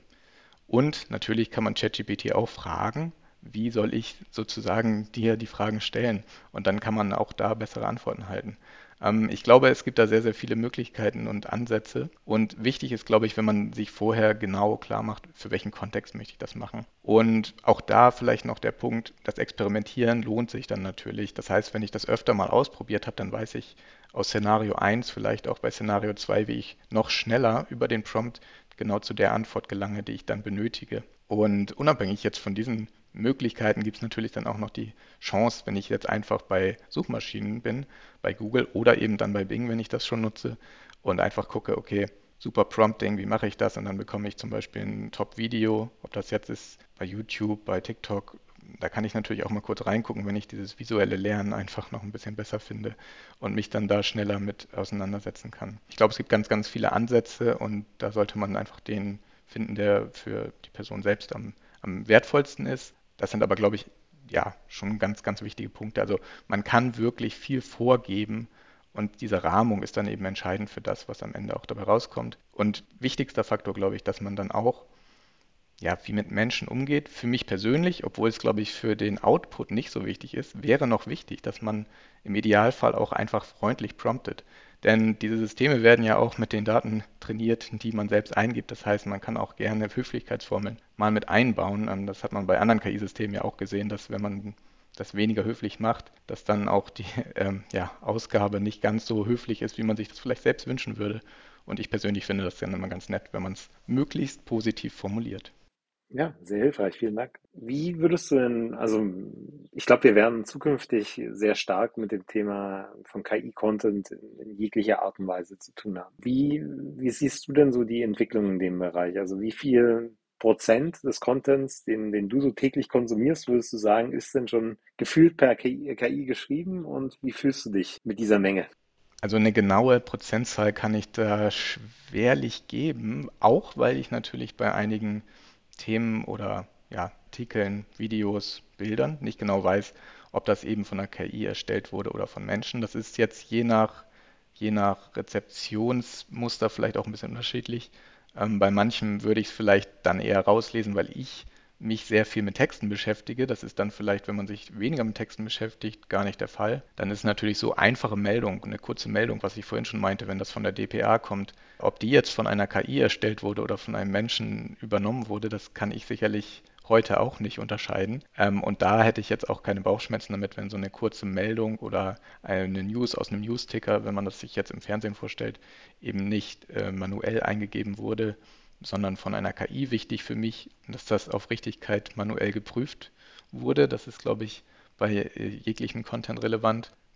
C: Und natürlich kann man ChatGPT auch fragen, wie soll ich sozusagen dir die Fragen stellen? Und dann kann man auch da bessere Antworten halten. Ähm, ich glaube, es gibt da sehr, sehr viele Möglichkeiten und Ansätze. Und wichtig ist, glaube ich, wenn man sich vorher genau klar macht, für welchen Kontext möchte ich das machen. Und auch da vielleicht noch der Punkt, das Experimentieren lohnt sich dann natürlich. Das heißt, wenn ich das öfter mal ausprobiert habe, dann weiß ich aus Szenario eins, vielleicht auch bei Szenario zwei, wie ich noch schneller über den Prompt genau zu der Antwort gelange, die ich dann benötige. Und unabhängig jetzt von diesen Möglichkeiten gibt es natürlich dann auch noch die Chance, wenn ich jetzt einfach bei Suchmaschinen bin, bei Google oder eben dann bei Bing, wenn ich das schon nutze und einfach gucke, okay, super Prompting, wie mache ich das? Und dann bekomme ich zum Beispiel ein Top-Video, ob das jetzt ist bei YouTube, bei TikTok. Da kann ich natürlich auch mal kurz reingucken, wenn ich dieses visuelle Lernen einfach noch ein bisschen besser finde und mich dann da schneller mit auseinandersetzen kann. Ich glaube, es gibt ganz, ganz viele Ansätze und da sollte man einfach den finden, der für die Person selbst am, am wertvollsten ist. Das sind aber, glaube ich, ja, schon ganz, ganz wichtige Punkte. Also man kann wirklich viel vorgeben und diese Rahmung ist dann eben entscheidend für das, was am Ende auch dabei rauskommt. Und wichtigster Faktor, glaube ich, dass man dann auch ja, wie mit Menschen umgeht. Für mich persönlich, obwohl es, glaube ich, für den Output nicht so wichtig ist, wäre noch wichtig, dass man im Idealfall auch einfach freundlich promptet. Denn diese Systeme werden ja auch mit den Daten trainiert, die man selbst eingibt. Das heißt, man kann auch gerne Höflichkeitsformeln mal mit einbauen. Ähm, Das hat man bei anderen K I-Systemen ja auch gesehen, dass wenn man das weniger höflich macht, dass dann auch die ähm, ja, Ausgabe nicht ganz so höflich ist, wie man sich das vielleicht selbst wünschen würde. Und ich persönlich finde das dann immer ganz nett, wenn man es möglichst positiv formuliert.
A: Ja, sehr hilfreich, vielen Dank. Wie würdest du denn, also ich glaube, wir werden zukünftig sehr stark mit dem Thema von K I-Content in, in jeglicher Art und Weise zu tun haben. Wie, wie siehst du denn so die Entwicklung in dem Bereich? Also wie viel Prozent des Contents, den, den du so täglich konsumierst, würdest du sagen, ist denn schon gefühlt per K I, K I geschrieben und wie fühlst du dich mit dieser Menge?
C: Also eine genaue Prozentzahl kann ich da schwerlich geben, auch weil ich natürlich bei einigen Themen oder ja, Artikeln, Videos, Bildern nicht genau weiß, ob das eben von der K I erstellt wurde oder von Menschen. Das ist jetzt je nach, je nach Rezeptionsmuster vielleicht auch ein bisschen unterschiedlich. Ähm, bei manchen würde ich es vielleicht dann eher rauslesen, weil ich mich sehr viel mit Texten beschäftige. Das ist dann vielleicht, wenn man sich weniger mit Texten beschäftigt, gar nicht der Fall. Dann ist natürlich so einfache Meldung, eine kurze Meldung, was ich vorhin schon meinte, wenn das von der D P A kommt, ob die jetzt von einer K I erstellt wurde oder von einem Menschen übernommen wurde, das kann ich sicherlich heute auch nicht unterscheiden. Ähm, und da hätte ich jetzt auch keine Bauchschmerzen damit, wenn so eine kurze Meldung oder eine News aus einem News-Ticker, wenn man das sich jetzt im Fernsehen vorstellt, eben nicht äh, manuell eingegeben wurde, sondern von einer K I. Wichtig für mich, dass das auf Richtigkeit manuell geprüft wurde. Das ist, glaube ich, bei äh, jeglichem Content relevant.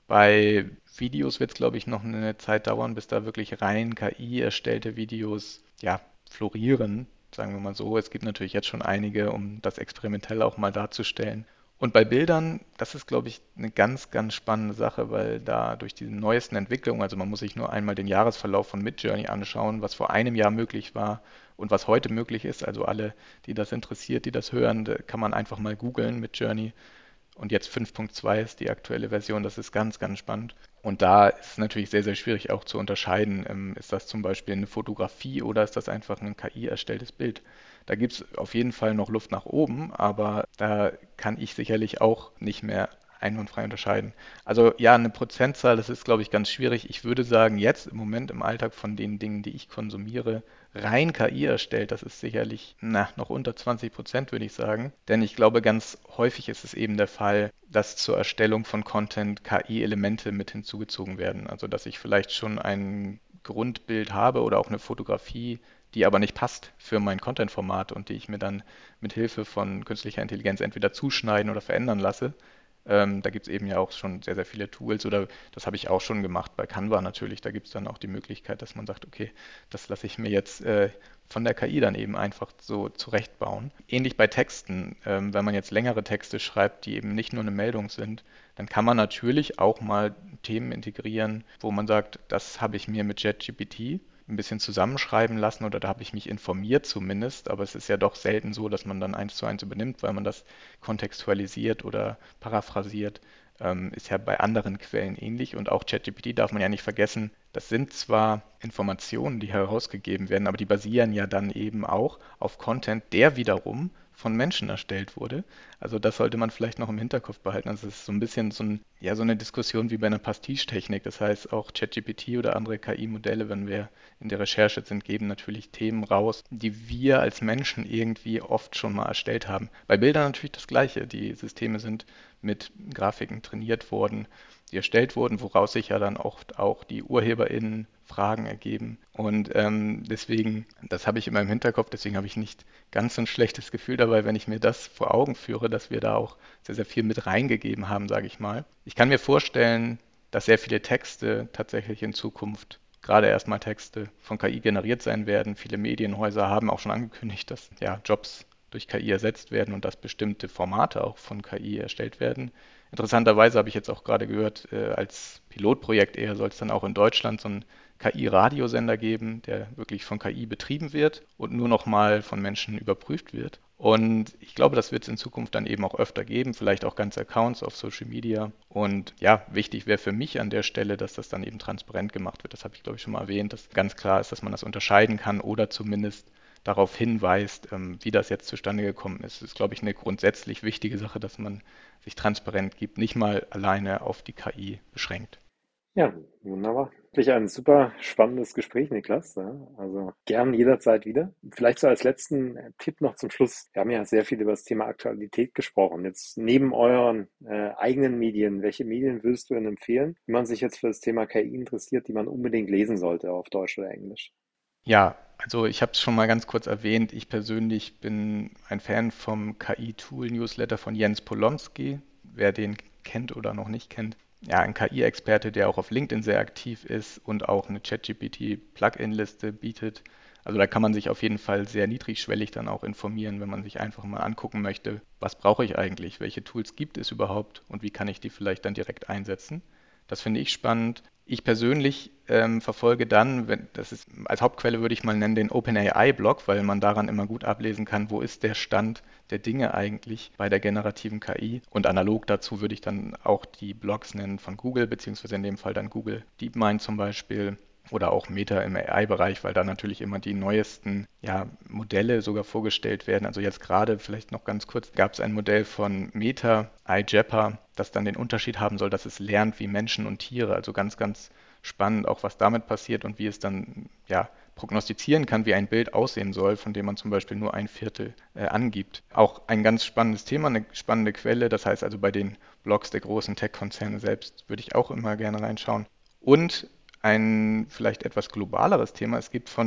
C: Bei Videos wird es, glaube ich, noch eine Zeit dauern, bis da wirklich rein K I erstellte Videos, ja, florieren, sagen wir mal so. Es gibt natürlich jetzt schon einige, um das experimentell auch mal darzustellen. Und bei Bildern, das ist, glaube ich, eine ganz, ganz spannende Sache, weil da durch die neuesten Entwicklungen, also man muss sich nur einmal den Jahresverlauf von Midjourney anschauen, was vor einem Jahr möglich war und was heute möglich ist. Also alle, die das interessiert, die das hören, da kann man einfach mal googeln, Midjourney. Und jetzt fünf Punkt zwei ist die aktuelle Version. Das ist ganz, ganz spannend. Und da ist es natürlich sehr, sehr schwierig auch zu unterscheiden. Ähm, ist das zum Beispiel eine Fotografie oder ist das einfach ein K I erstelltes Bild? Da gibt es auf jeden Fall noch Luft nach oben, aber da kann ich sicherlich auch nicht mehr einwandfrei unterscheiden. Also ja, eine Prozentzahl, das ist, glaube ich, ganz schwierig. Ich würde sagen, jetzt im Moment im Alltag von den Dingen, die ich konsumiere, rein K I erstellt, das ist sicherlich na, noch unter zwanzig Prozent, würde ich sagen. Denn ich glaube, ganz häufig ist es eben der Fall, dass zur Erstellung von Content K I-Elemente mit hinzugezogen werden. Also dass ich vielleicht schon ein Grundbild habe oder auch eine Fotografie, die aber nicht passt für mein Content-Format und die ich mir dann mit Hilfe von künstlicher Intelligenz entweder zuschneiden oder verändern lasse. Ähm, da gibt es eben ja auch schon sehr, sehr viele Tools oder das habe ich auch schon gemacht bei Canva natürlich. Da gibt es dann auch die Möglichkeit, dass man sagt, okay, das lasse ich mir jetzt äh, von der K I dann eben einfach so zurechtbauen. Ähnlich bei Texten, ähm, wenn man jetzt längere Texte schreibt, die eben nicht nur eine Meldung sind, dann kann man natürlich auch mal Themen integrieren, wo man sagt, das habe ich mir mit ChatGPT ein bisschen zusammenschreiben lassen oder da habe ich mich informiert zumindest, aber es ist ja doch selten so, dass man dann eins zu eins übernimmt, weil man das kontextualisiert oder paraphrasiert. Ähm, ist ja bei anderen Quellen ähnlich und auch ChatGPT darf man ja nicht vergessen, das sind zwar Informationen, die herausgegeben werden, aber die basieren ja dann eben auch auf Content, der wiederum von Menschen erstellt wurde. Also das sollte man vielleicht noch im Hinterkopf behalten. Also es ist so ein bisschen so, ein, ja, so eine Diskussion wie bei einer Pastiche-Technik. Das heißt, auch ChatGPT oder andere K I-Modelle, wenn wir in der Recherche sind, geben natürlich Themen raus, die wir als Menschen irgendwie oft schon mal erstellt haben. Bei Bildern natürlich das Gleiche. Die Systeme sind mit Grafiken trainiert worden, die erstellt wurden, woraus sich ja dann oft auch die UrheberInnen Fragen ergeben. Und ähm, deswegen, das habe ich immer im Hinterkopf, deswegen habe ich nicht ganz so ein schlechtes Gefühl dabei, wenn ich mir das vor Augen führe, dass wir da auch sehr, sehr viel mit reingegeben haben, sage ich mal. Ich kann mir vorstellen, dass sehr viele Texte tatsächlich in Zukunft, gerade erstmal Texte, von K I generiert sein werden. Viele Medienhäuser haben auch schon angekündigt, dass ja, Jobs durch K I ersetzt werden und dass bestimmte Formate auch von K I erstellt werden. Interessanterweise habe ich jetzt auch gerade gehört, äh, als Pilotprojekt eher soll es dann auch in Deutschland so einen K I-Radiosender geben, der wirklich von K I betrieben wird und nur noch mal von Menschen überprüft wird. Und ich glaube, das wird es in Zukunft dann eben auch öfter geben, vielleicht auch ganze Accounts auf Social Media. Und ja, wichtig wäre für mich an der Stelle, dass das dann eben transparent gemacht wird. Das habe ich, glaube ich, schon mal erwähnt, dass ganz klar ist, dass man das unterscheiden kann oder zumindest darauf hinweist, ähm, wie das jetzt zustande gekommen ist. Das ist, glaube ich, eine grundsätzlich wichtige Sache, dass man sich transparent gibt, nicht mal alleine auf die K I beschränkt.
A: Ja, wunderbar. Wirklich ein super spannendes Gespräch, Niklas. Ja, also gern jederzeit wieder. Vielleicht so als letzten äh, Tipp noch zum Schluss. Wir haben ja sehr viel über das Thema Aktualität gesprochen. Jetzt neben euren äh, eigenen Medien, welche Medien würdest du denn empfehlen, wenn man sich jetzt für das Thema K I interessiert, die man unbedingt lesen sollte auf Deutsch oder Englisch?
C: Ja, also ich habe es schon mal ganz kurz erwähnt. Ich persönlich bin ein Fan vom K I-Tool-Newsletter von Jens Polonsky. Wer den kennt oder noch nicht kennt, ja, ein K I-Experte, der auch auf LinkedIn sehr aktiv ist und auch eine ChatGPT-Plugin-Liste bietet. Also da kann man sich auf jeden Fall sehr niedrigschwellig dann auch informieren, wenn man sich einfach mal angucken möchte, was brauche ich eigentlich, welche Tools gibt es überhaupt und wie kann ich die vielleicht dann direkt einsetzen. Das finde ich spannend. Ich persönlich ähm, verfolge dann, wenn, das ist als Hauptquelle würde ich mal nennen, den OpenAI-Blog, weil man daran immer gut ablesen kann, wo ist der Stand der Dinge eigentlich bei der generativen K I. Und analog dazu würde ich dann auch die Blogs nennen von Google, beziehungsweise in dem Fall dann Google DeepMind zum Beispiel oder auch Meta im A I-Bereich, weil da natürlich immer die neuesten ja, Modelle sogar vorgestellt werden. Also jetzt gerade vielleicht noch ganz kurz, gab es ein Modell von Meta, iJapper, das dann den Unterschied haben soll, dass es lernt wie Menschen und Tiere. Also ganz, ganz spannend auch, was damit passiert und wie es dann ja, prognostizieren kann, wie ein Bild aussehen soll, von dem man zum Beispiel nur ein Viertel äh, angibt. Auch ein ganz spannendes Thema, eine spannende Quelle. Das heißt also bei den Blogs der großen Tech-Konzerne selbst würde ich auch immer gerne reinschauen. Und ein vielleicht etwas globaleres Thema. Es gibt von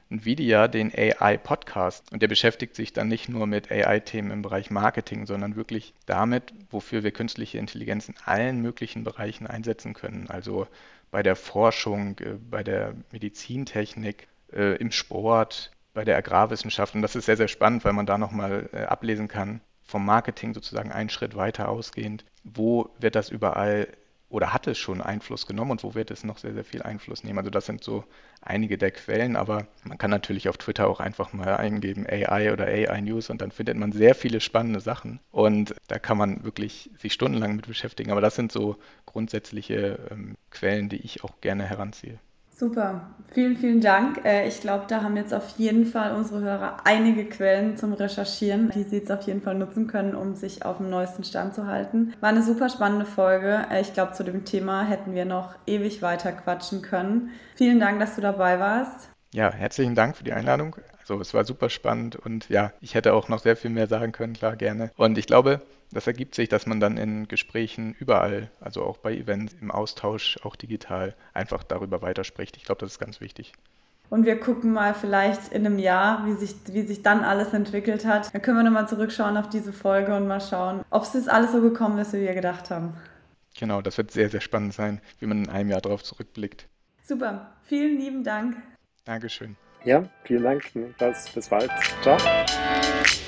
C: NVIDIA den A I-Podcast. Und der beschäftigt sich dann nicht nur mit A I-Themen im Bereich Marketing, sondern wirklich damit, wofür wir künstliche Intelligenz in allen möglichen Bereichen einsetzen können. Also bei der Forschung, äh, bei der Medizintechnik, äh, im Sport, bei der Agrarwissenschaft. Und das ist sehr, sehr spannend, weil man da nochmal äh, ablesen kann, vom Marketing sozusagen einen Schritt weiter ausgehend, wo wird das überall oder hat es schon Einfluss genommen und wo wird es noch sehr, sehr viel Einfluss nehmen. Also das sind so einige der Quellen, aber man kann natürlich auf Twitter auch einfach mal eingeben A I oder A I News und dann findet man sehr viele spannende Sachen und da kann man wirklich sich stundenlang mit beschäftigen. Aber das sind so grundsätzliche ähm, Quellen, die ich auch gerne heranziehe.
B: Super, vielen, vielen Dank. Äh, Ich glaube, da haben jetzt auf jeden Fall unsere Hörer einige Quellen zum Recherchieren, die sie jetzt auf jeden Fall nutzen können, um sich auf dem neuesten Stand zu halten. War eine super spannende Folge. Äh, Ich glaube, zu dem Thema hätten wir noch ewig weiter quatschen können. Vielen Dank, dass du dabei warst.
C: Ja, herzlichen Dank für die Einladung. Also es war super spannend und ja, ich hätte auch noch sehr viel mehr sagen können, klar, gerne. Und ich glaube, das ergibt sich, dass man dann in Gesprächen überall, also auch bei Events, im Austausch, auch digital, einfach darüber weiterspricht. Ich glaube, das ist ganz wichtig.
B: Und wir gucken mal vielleicht in einem Jahr, wie sich, wie sich dann alles entwickelt hat. Dann können wir nochmal zurückschauen auf diese Folge und mal schauen, ob es jetzt alles so gekommen ist, wie wir gedacht haben.
C: Genau, das wird sehr, sehr spannend sein, wie man in einem Jahr darauf zurückblickt.
B: Super, vielen lieben Dank.
C: Dankeschön.
A: Ja, vielen Dank. Bis, bis bald. Ciao.